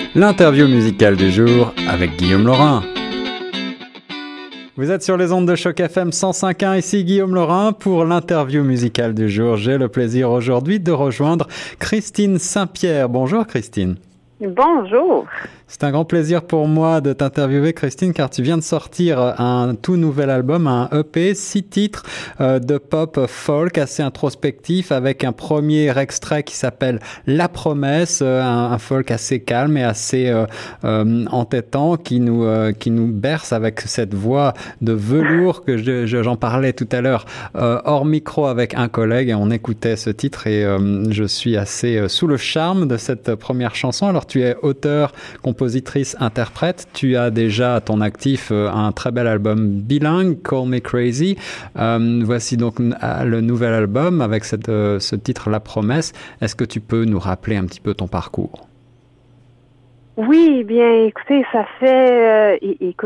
L'interview musicale du jour avec Guillaume Laurin. Vous êtes sur les ondes de Choc FM 105.1, ici Guillaume Laurin pour l'interview musicale du jour. J'ai le plaisir aujourd'hui de rejoindre Christine Saint-Pierre. Bonjour Christine. Bonjour. C'est un grand plaisir pour moi de t'interviewer, Christine, car tu viens de sortir un tout nouvel album, un EP, 6 titres de pop folk assez introspectif, avec un premier extrait qui s'appelle La Promesse, un folk assez calme et assez entêtant qui nous berce avec cette voix de velours que j'en parlais tout à l'heure hors micro avec un collègue et on écoutait ce titre et je suis assez sous le charme de cette première chanson. Alors tu es auteur, compositrice, interprète. Tu as déjà à ton actif un très bel album bilingue, Call Me Crazy. Voici donc le nouvel album avec ce titre La Promesse. Est-ce que tu peux nous rappeler un petit peu ton parcours? Oui, bien, écoutez, ça fait,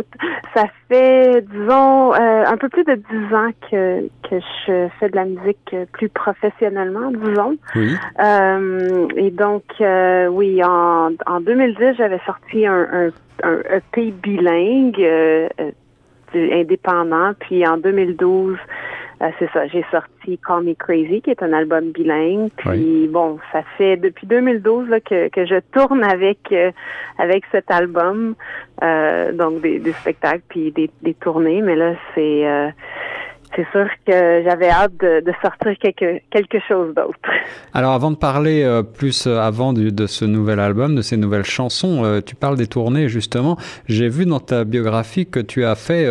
disons, un peu plus de 10 ans que je fais de la musique plus professionnellement, disons. Oui. Et donc, oui, en 2010, j'avais sorti un EP bilingue, indépendant, puis en 2012, c'est ça, j'ai sorti Call Me Crazy, qui est un album bilingue. Puis oui. Bon, ça fait depuis 2012 là, que je tourne avec cet album, donc des spectacles puis des tournées. Mais là, c'est sûr que j'avais hâte de sortir quelque chose d'autre. Alors, avant de parler avant de ce nouvel album, de ces nouvelles chansons, tu parles des tournées, justement. J'ai vu dans ta biographie que tu as fait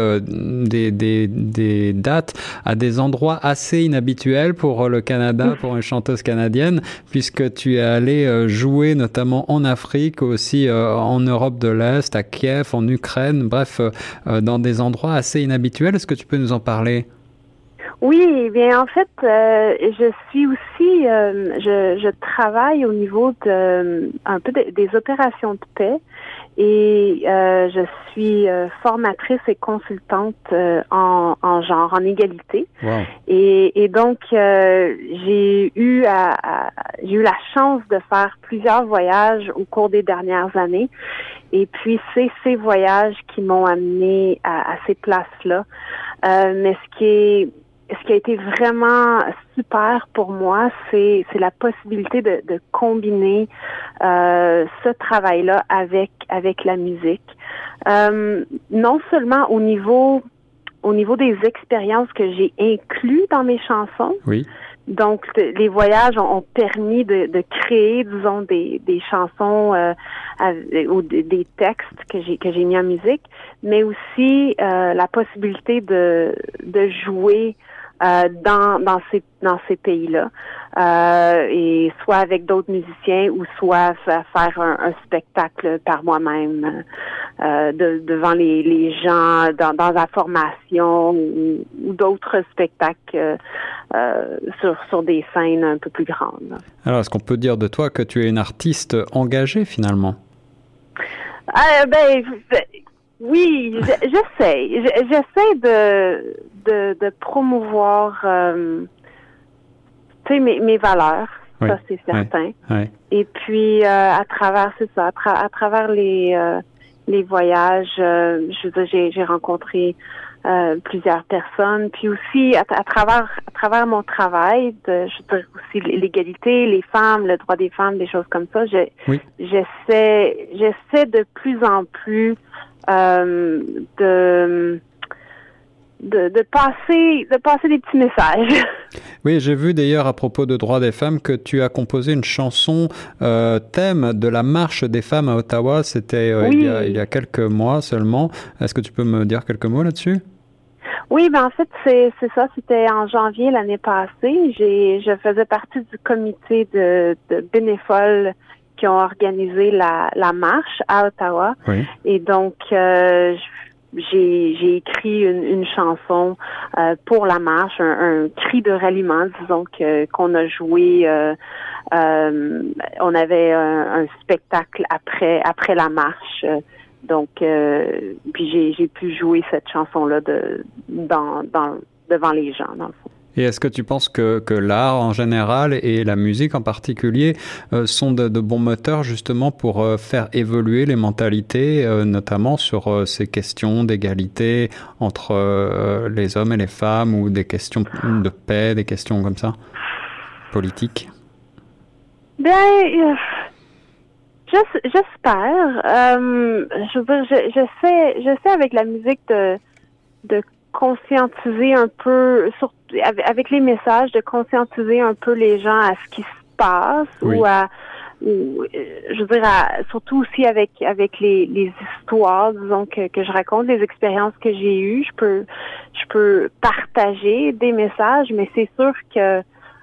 des dates à des endroits assez inhabituels pour le Canada, pour une chanteuse canadienne, puisque tu es allée jouer notamment en Afrique, aussi en Europe de l'Est, à Kiev, en Ukraine, bref, dans des endroits assez inhabituels. Est-ce que tu peux nous en parler? Oui, bien en fait, je suis aussi, je travaille au niveau de un peu des opérations de paix et je suis formatrice et consultante en genre, en égalité. Wow. Et donc j'ai eu la chance de faire plusieurs voyages au cours des dernières années. Et puis c'est ces voyages qui m'ont amené à ces places-là. Mais ce qui a été vraiment super pour moi, c'est la possibilité de combiner ce travail-là avec la musique. Non seulement au niveau des expériences que j'ai inclus dans mes chansons. Oui. Donc, les voyages ont permis de créer, disons, des chansons ou des textes que j'ai mis en musique, mais aussi la possibilité de jouer dans ces pays-là, et soit avec d'autres musiciens ou soit faire un spectacle par moi-même devant les gens dans la formation ou d'autres spectacles sur des scènes un peu plus grandes. Alors, est-ce qu'on peut dire de toi que tu es une artiste engagée finalement? Oui, j'essaie. J'essaie de promouvoir, mes valeurs. Oui, ça c'est certain. Oui. Et puis à travers les voyages, je veux dire, j'ai rencontré plusieurs personnes. Puis aussi à travers mon travail, je veux dire aussi l'égalité, les femmes, le droit des femmes, des choses comme ça. J'essaie de plus en plus de passer des petits messages. Oui, j'ai vu d'ailleurs à propos de droits des femmes que tu as composé une chanson thème de la marche des femmes à Ottawa. C'était oui. il y a quelques mois seulement. Est-ce que tu peux me dire quelques mots là-dessus? Oui, ben en fait, c'est ça. C'était en janvier l'année passée. Je faisais partie du comité de bénévoles qui ont organisé la marche à Ottawa. Oui. Et donc, j'ai écrit une chanson pour la marche, un cri de ralliement, disons, qu'on a joué. On avait un spectacle après la marche. Donc, puis j'ai pu jouer cette chanson-là devant les gens, dans le fond. Et est-ce que tu penses que l'art en général et la musique en particulier sont de bons moteurs justement pour faire évoluer les mentalités, notamment sur ces questions d'égalité entre les hommes et les femmes ou des questions de paix, des questions comme ça, politiques? Ben, j'espère. Je veux dire, je sais avec la musique de conscientiser un peu, avec les messages, de conscientiser un peu les gens à ce qui se passe, oui. Je veux dire, surtout aussi avec les histoires, disons, que je raconte, les expériences que j'ai eues, je peux partager des messages, mais c'est sûr que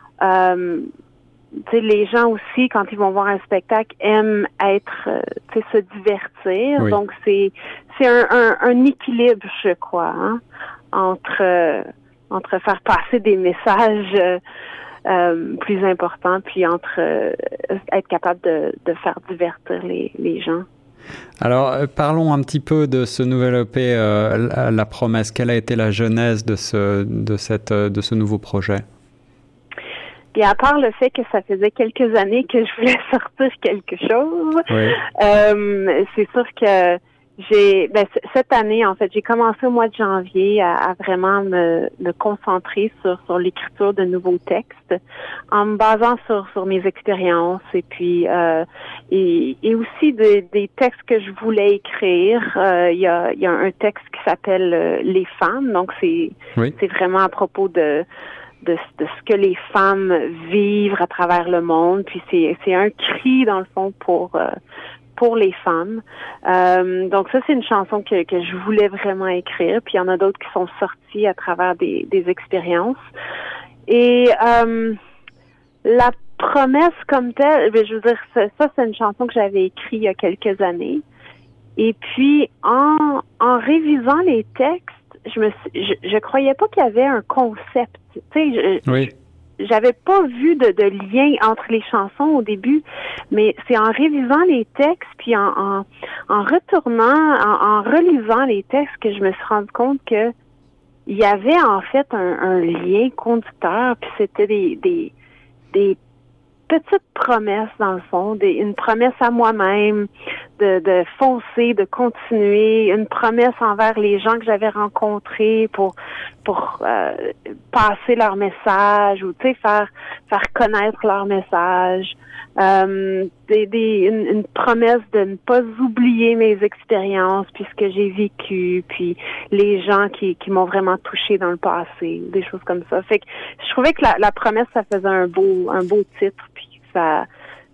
tu sais, les gens aussi, quand ils vont voir un spectacle, aiment être, tu sais, se divertir. Oui. Donc c'est un équilibre, je crois, hein, entre faire passer des messages plus importants, puis entre être capable de faire divertir les gens. Alors, parlons un petit peu de ce nouvel EP, La Promesse. Quelle a été la genèse de ce nouveau projet? Et à part le fait que ça faisait quelques années que je voulais sortir quelque chose, oui. C'est sûr que cette année, en fait, j'ai commencé au mois de janvier à vraiment me concentrer sur l'écriture de nouveaux textes, en me basant sur mes expériences et puis et aussi des textes que je voulais écrire. Il y a un texte qui s'appelle Les femmes, donc c'est vraiment à propos de ce que les femmes vivent à travers le monde, puis c'est un cri dans le fond pour les femmes. Donc ça, c'est une chanson que je voulais vraiment écrire, puis il y en a d'autres qui sont sorties à travers des expériences. Et La Promesse comme telle, je veux dire, ça c'est une chanson que j'avais écrite il y a quelques années. Et puis en révisant les textes, je croyais pas qu'il y avait un concept. Tu sais, j'avais pas vu de lien entre les chansons au début, mais c'est en révisant les textes puis en retournant, en relisant les textes que je me suis rendu compte que il y avait en fait un lien conducteur, puis c'était des petites promesses dans le fond, une promesse à moi-même de foncer, de continuer, une promesse envers les gens que j'avais rencontrés pour passer leur message ou tu sais faire connaître leur message, une promesse de ne pas oublier mes expériences puis ce que j'ai vécu, puis les gens qui m'ont vraiment touché dans le passé, des choses comme ça. Fait que je trouvais que la promesse, ça faisait un beau titre, puis ça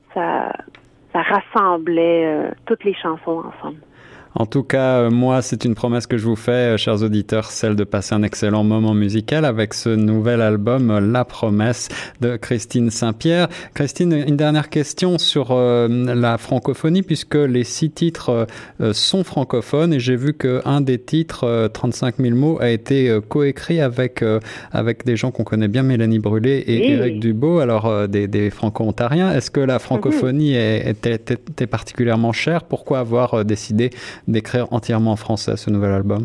rassemblait toutes les chansons ensemble. En tout cas, moi, c'est une promesse que je vous fais, chers auditeurs, celle de passer un excellent moment musical avec ce nouvel album, La Promesse, de Christine Saint-Pierre. Christine, une dernière question sur la francophonie, puisque les 6 titres sont francophones, et j'ai vu qu'un des titres, 35 000 mots, a été coécrit avec des gens qu'on connaît bien, Mélanie Brûlé et Éric Dubo, alors des franco-ontariens. Est-ce que la francophonie était particulièrement chère? Pourquoi avoir décidé d'écrire entièrement en français ce nouvel album?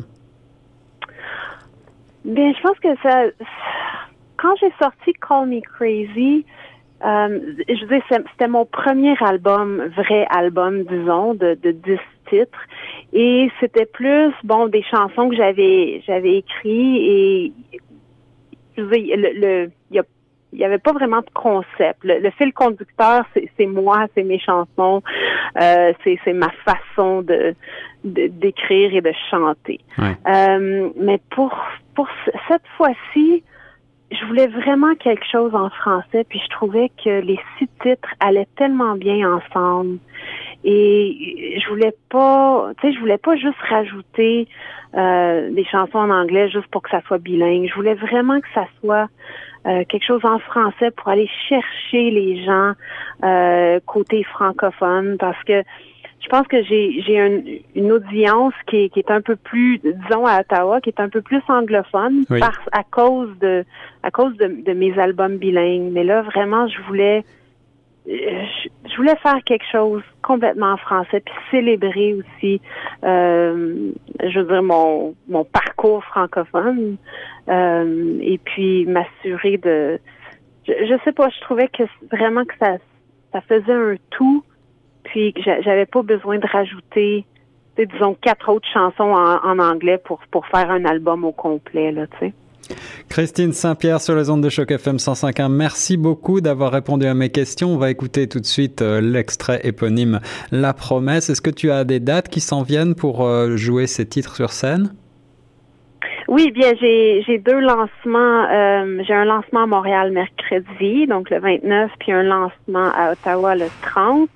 Bien, je pense que quand j'ai sorti Call Me Crazy, je veux dire, c'était mon premier vrai album, disons, de 10 titres. Et c'était plus, des chansons que j'avais écrites, et je veux dire, il y avait pas vraiment de concept. Le fil conducteur, c'est moi, c'est mes chansons, c'est ma façon d'écrire et de chanter. Ouais. Mais pour cette fois-ci, je voulais vraiment quelque chose en français, puis je trouvais que les 6 titres allaient tellement bien ensemble. Et je voulais pas juste rajouter des chansons en anglais juste pour que ça soit bilingue. Je voulais vraiment que ça soit quelque chose en français pour aller chercher les gens côté francophone, parce que je pense que j'ai une audience qui est un peu plus, disons, à Ottawa, qui est un peu plus anglophone, oui, à cause de mes albums bilingues. Mais là, vraiment, je voulais je voulais faire quelque chose complètement en français, puis célébrer aussi, je veux dire, mon parcours francophone, et puis m'assurer de... Je sais pas, je trouvais que vraiment que ça faisait un tout, puis que j'avais pas besoin de rajouter, disons, 4 autres chansons en anglais pour faire un album au complet, là, tu sais. Christine Saint-Pierre sur les ondes de Choc FM 105.1. Merci beaucoup d'avoir répondu à mes questions. On va écouter tout de suite l'extrait éponyme La Promesse. Est-ce que tu as des dates qui s'en viennent pour jouer ces titres sur scène? Oui, bien, j'ai 2 lancements. J'ai un lancement à Montréal mercredi, donc le 29, puis un lancement à Ottawa le 30.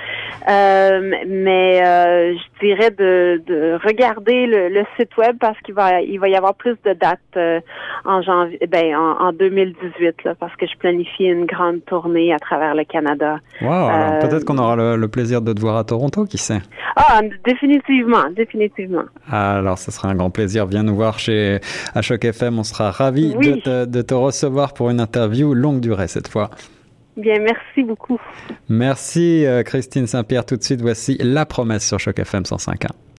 Mais je dirais de regarder le site web parce qu'il va y avoir plus de dates en janvier, en 2018 là, parce que je planifie une grande tournée à travers le Canada. Wow, alors peut-être qu'on aura le plaisir de te voir à Toronto, qui sait? Ah, définitivement. Alors, ce sera un grand plaisir. Viens nous voir à Choc FM. On sera ravis de te recevoir pour une interview longue durée cette fois. Bien, merci beaucoup. Merci Christine Saint-Pierre. Tout de suite, voici La Promesse sur Choc FM 105.1.